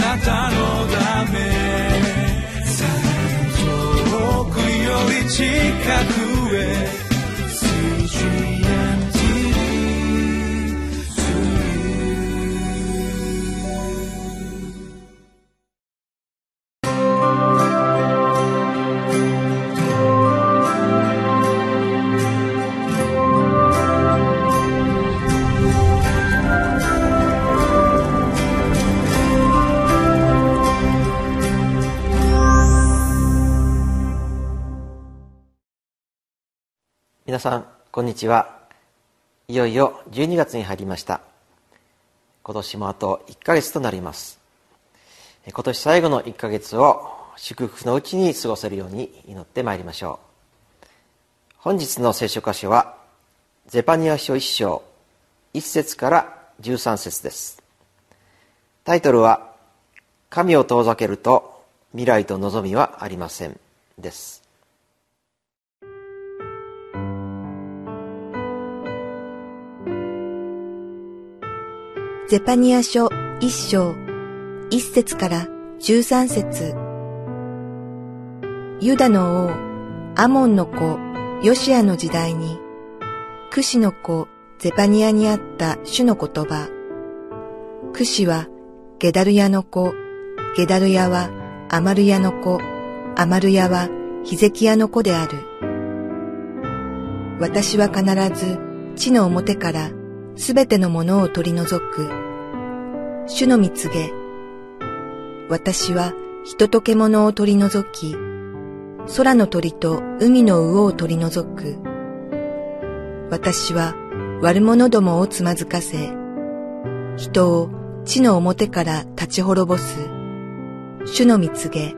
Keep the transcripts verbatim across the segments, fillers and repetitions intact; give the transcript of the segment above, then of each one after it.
なたのため遠くより近くへ皆さんこんにちは。いよいよじゅうにがつに入りました。今年もあといっかげつとなります。今年最後のいっかげつを祝福のうちに過ごせるように祈ってまいりましょう。本日の聖書箇所はゼパニア書いっ章いっ節からじゅうさん節です。タイトルは神を遠ざけると未来と望みはありませんです。 ゼパニア書一章一節から十三節。ユダの王アモンの子ヨシアの時代にクシの子ゼパニアにあった主の言葉。クシはゲダルヤの子、ゲダルヤはアマルヤの子、アマルヤはヒゼキヤの子である。私は必ず地の表からすべてのものを取り除く。主の御告げ。私は人と獣を取り除き、空の鳥と海の魚を取り除く。私は悪者どもをつまずかせ、人を地の表から立ち滅ぼす。主の御告げ。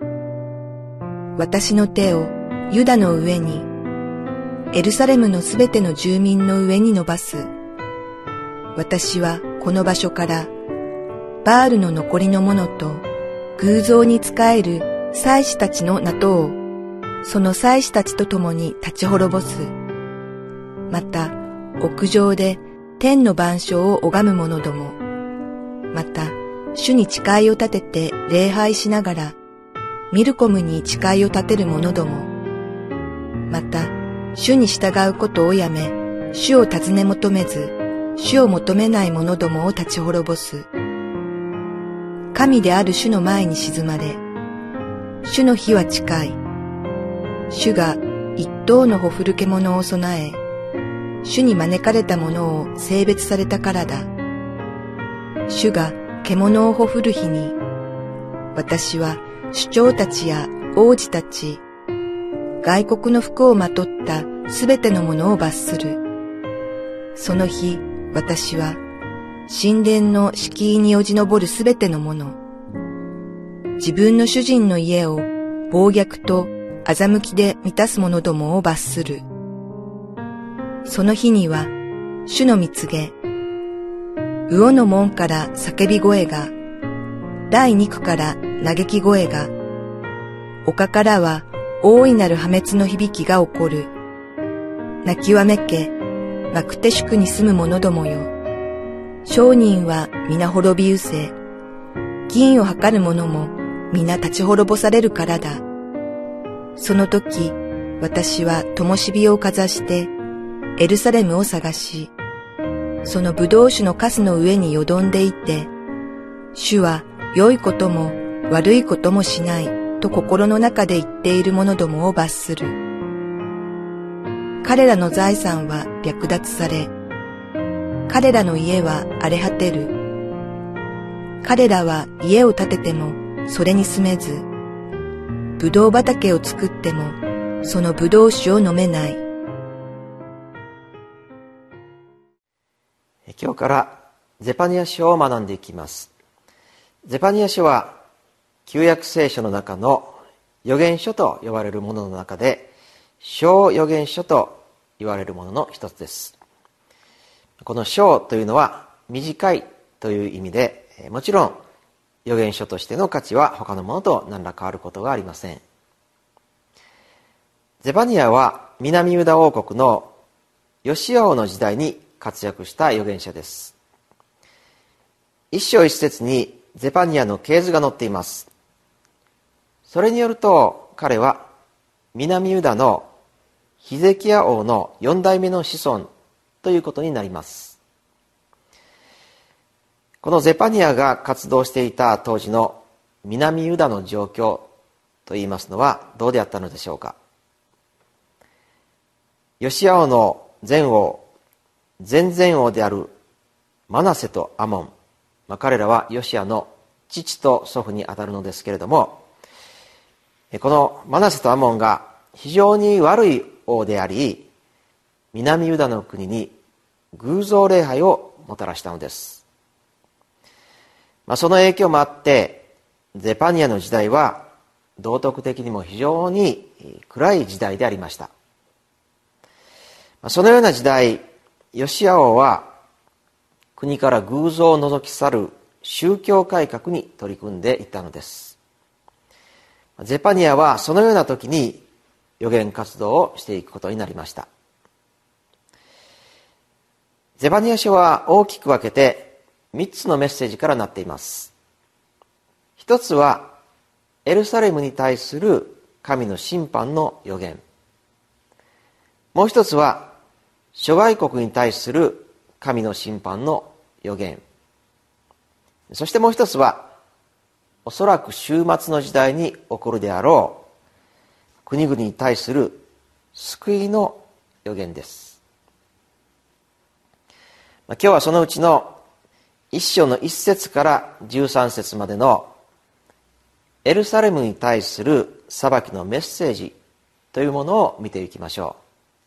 私の手をユダの上に、エルサレムのすべての住民の上に伸ばす。私はこの場所からバールの残りのものと偶像に仕える祭司たちの名とをその祭司たちと共に立ち滅ぼす。また屋上で天の万象を拝む者ども、また主に誓いを立てて礼拝しながらミルコムに誓いを立てる者ども、また主に従うことをやめ主を尋ね求めず主を求めない者どもを立ち滅ぼす。神である主の前に静まれ、主の日は近い。主が一頭のほふるけ者を備え、主に招かれた者を性別されたからだ。主が獣をほふる日に、私は首長たちや王子たち、外国の服をまとったすべての者を罰する。その日、私は神殿の敷居によじ登るすべてのもの、自分の主人の家を暴虐と欺きで満たす者どもを罰する。その日には主の御告げ、魚の門から叫び声が、第二区から嘆き声が、丘からは大いなる破滅の響きが起こる。泣きわめけ、マクテ宿に住む者どもよ。商人は皆滅び失せ、銀を測る者も皆立ち滅ぼされるからだ。その時、私は灯火をかざして、エルサレムを探し、その葡萄酒のカスの上によどんでいて、主は良いことも悪いこともしないと心の中で言っている者どもを罰する。彼らの財産は略奪され、彼らの家は荒れ果てる。彼らは家を建ててもそれに住めず、葡萄畑を作ってもその葡萄酒を飲めない。 今日からゼパニア書を学んでいきます。ゼパニア書は旧約聖書の中の預言書と呼ばれるものの中で小預言書と言われるものの一つです。この小というのは短いという意味で、もちろん預言書としての価値は他のものと何ら変わることがありません。ゼパニアは南ユダ王国のヨシア王の時代に活躍した預言者です。一章一節にゼパニアの系図が載っています。それによると彼は南ユダのヒゼキヤ王の四代目の子孫ということになります。このゼパニアが活動していた当時の南ユダの状況といいますのはどうであったのでしょうか。ヨシア王の前王、前々王であるマナセとアモン、まあ、彼らはヨシアの父と祖父にあたるのですけれども、このマナセとアモンが非常に悪い王であり、南ユダの国に偶像礼拝をもたらしたのです。まあ、その影響もあってゼパニアの時代は道徳的にも非常に暗い時代でありました。そのような時代、ヨシア王は国から偶像を除き去る宗教改革に取り組んでいったのです。ゼパニアはそのような時に預言活動をしていくことになりました。ゼパニア書は大きく分けてみっつのメッセージからなっています。一つはエルサレムに対する神の審判の預言。もう一つは諸外国に対する神の審判の預言。そしてもう一つはおそらく終末の時代に起こるであろう国々に対する救いの預言です。今日はそのうちの一章の一節から十三節までのエルサレムに対する裁きのメッセージというものを見ていきましょう。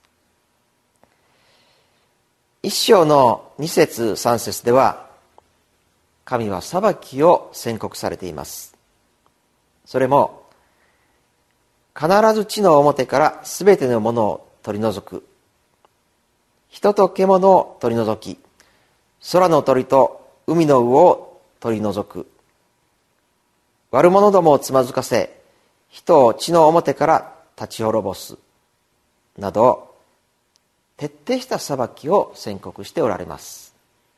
一章の二節三節では神は裁きを宣告されています。それも必ず地の表からすべてのものを取り除く、人と獣を取り除き、空の鳥と海の魚を取り除く、悪者どもをつまずかせ人を地の表から立ち滅ぼすなど徹底した裁きを宣告しておられます。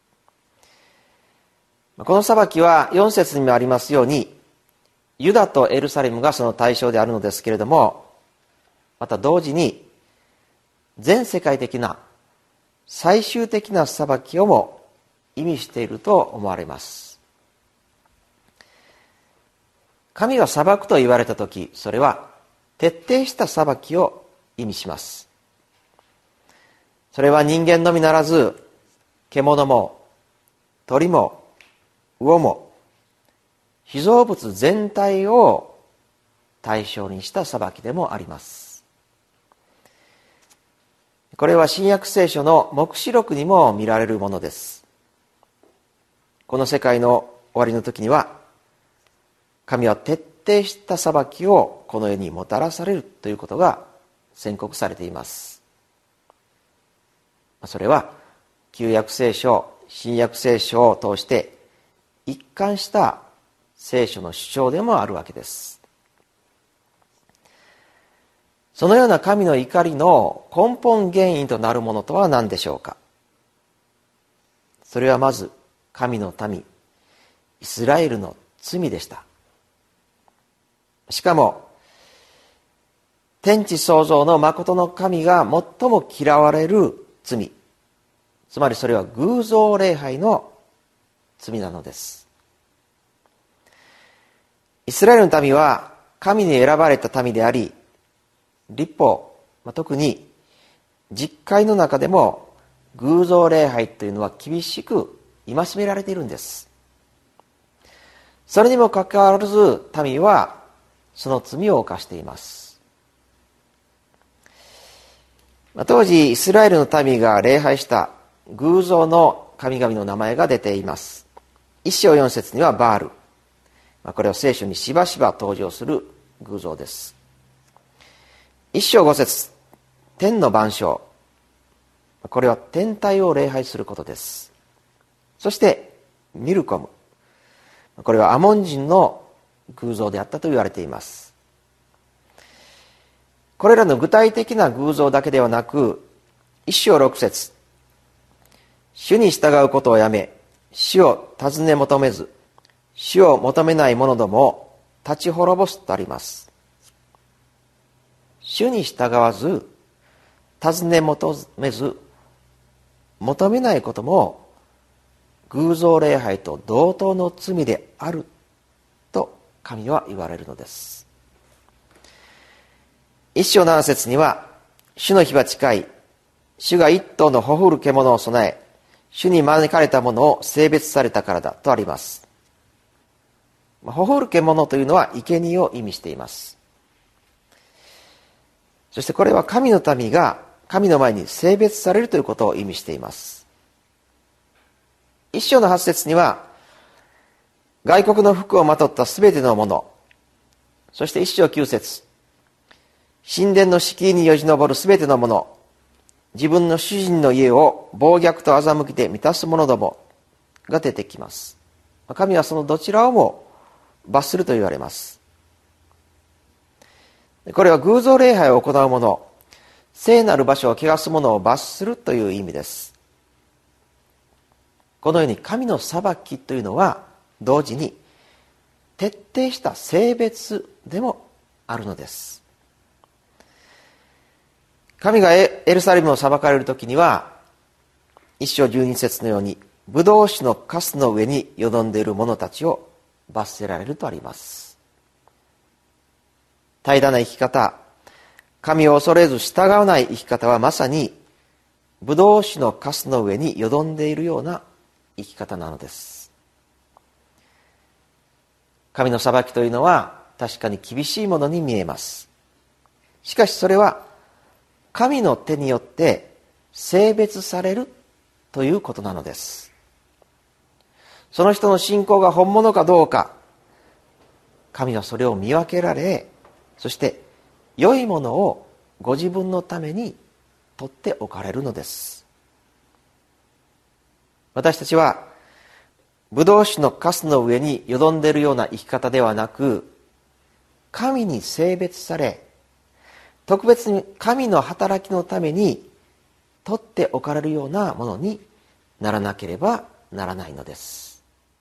この裁きはよん節にもありますようにユダとエルサレムがその対象であるのですけれども、また同時に全世界的な最終的な裁きをも意味していると思われます。神が裁くと言われたとき、それは徹底した裁きを意味します。それは人間のみならず獣も鳥も魚も被造物全体を対象にした裁きでもあります。これは新約聖書の黙示録にも見られるものです。この世界の終わりの時には神は徹底した裁きをこの世にもたらされるということが宣告されています。それは旧約聖書、新約聖書を通して一貫した聖書の主張でもあるわけです。そのような神の怒りの根本原因となるものとは何でしょうか。それはまず神の民イスラエルの罪でした。しかも天地創造の真の神が最も嫌われる罪、つまりそれは偶像礼拝の罪なのです。イスラエルの民は神に選ばれた民であり、律法、特に実会の中でも偶像礼拝というのは厳しく戒められているんです。それにもかかわらず民はその罪を犯しています。当時イスラエルの民が礼拝した偶像の神々の名前が出ています。一章四節にはバール、これは聖書にしばしば登場する偶像です。一章五節、天の万象、これは天体を礼拝することです。そしてミルコム、これはアモン人の偶像であったと言われています。これらの具体的な偶像だけではなく、一章六節、主に従うことをやめ主を尋ね求めず主を求めない者どもを立ち滅ぼすとあります。主に従わず、尋ね求めず、求めないことも偶像礼拝と同等の罪であると神は言われるのです。一章七節には、主の日は近い、主が一頭のほふる獣を備え、主に招かれたものを性別されたからだとあります。ほふる獣というのは生贄を意味しています。そしてこれは神の民が神の前に性別されるということを意味しています。一章の八節には、外国の服をまとったすべてのもの、そして一章九節、神殿の敷居によじ登るすべてのもの、自分の主人の家を暴虐と欺きで満たす者どもが出てきます。神はそのどちらをも罰すると言われます。これは偶像礼拝を行う者、聖なる場所を汚す者を罰するという意味です。このように神の裁きというのは同時に徹底した性別でもあるのです。神がエルサレムを裁かれるときには、一章十二節のように、ブドウ酒のカスの上によどんでいる者たちを罰せられるとあります。怠惰な生き方、神を恐れず従わない生き方はまさに、ブドウ酒のカスの上によどんでいるような生き方なのです。神の裁きというのは確かに厳しいものに見えます。しかしそれは神の手によって性別されるということなのです。その人の信仰が本物かどうか、神はそれを見分けられ、そして良いものをご自分のために取っておかれるのです。私たちはブドウ酒のカスの上によどんでいるような生き方ではなく、神に性別され、特別に神の働きのために取っておかれるようなものにならなければならないのです。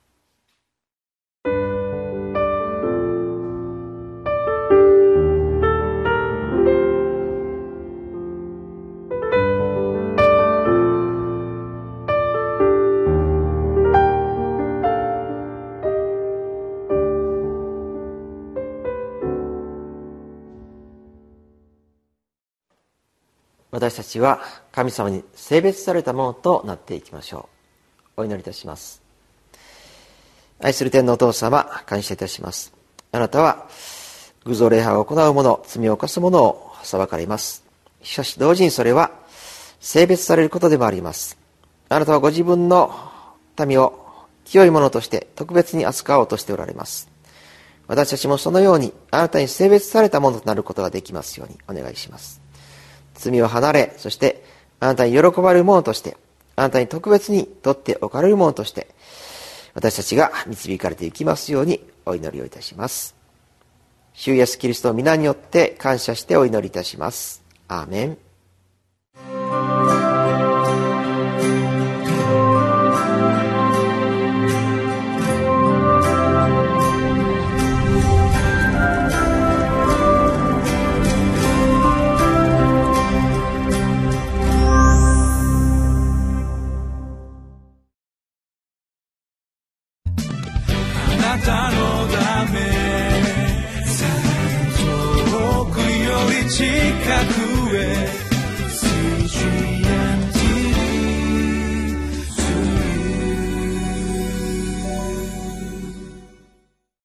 私たちは神様に性別されたものとなっていきましょう。お祈りいたします。愛する天のお父様、感謝いたします。あなたは偶像礼拝を行う者、罪を犯す者を裁かれます。しかし同時にそれは性別されることでもあります。あなたはご自分の民を清いものとして特別に扱おうとしておられます。私たちもそのようにあなたに性別されたものとなることができますようにお願いします。罪を離れ、そしてあなたに喜ばれるものとして、あなたに特別に取っておかれるものとして、私たちが導かれていきますようにお祈りをいたします。主イエスキリストの皆によって感謝してお祈りいたします。アーメン。 あなたのため遠くより近くへ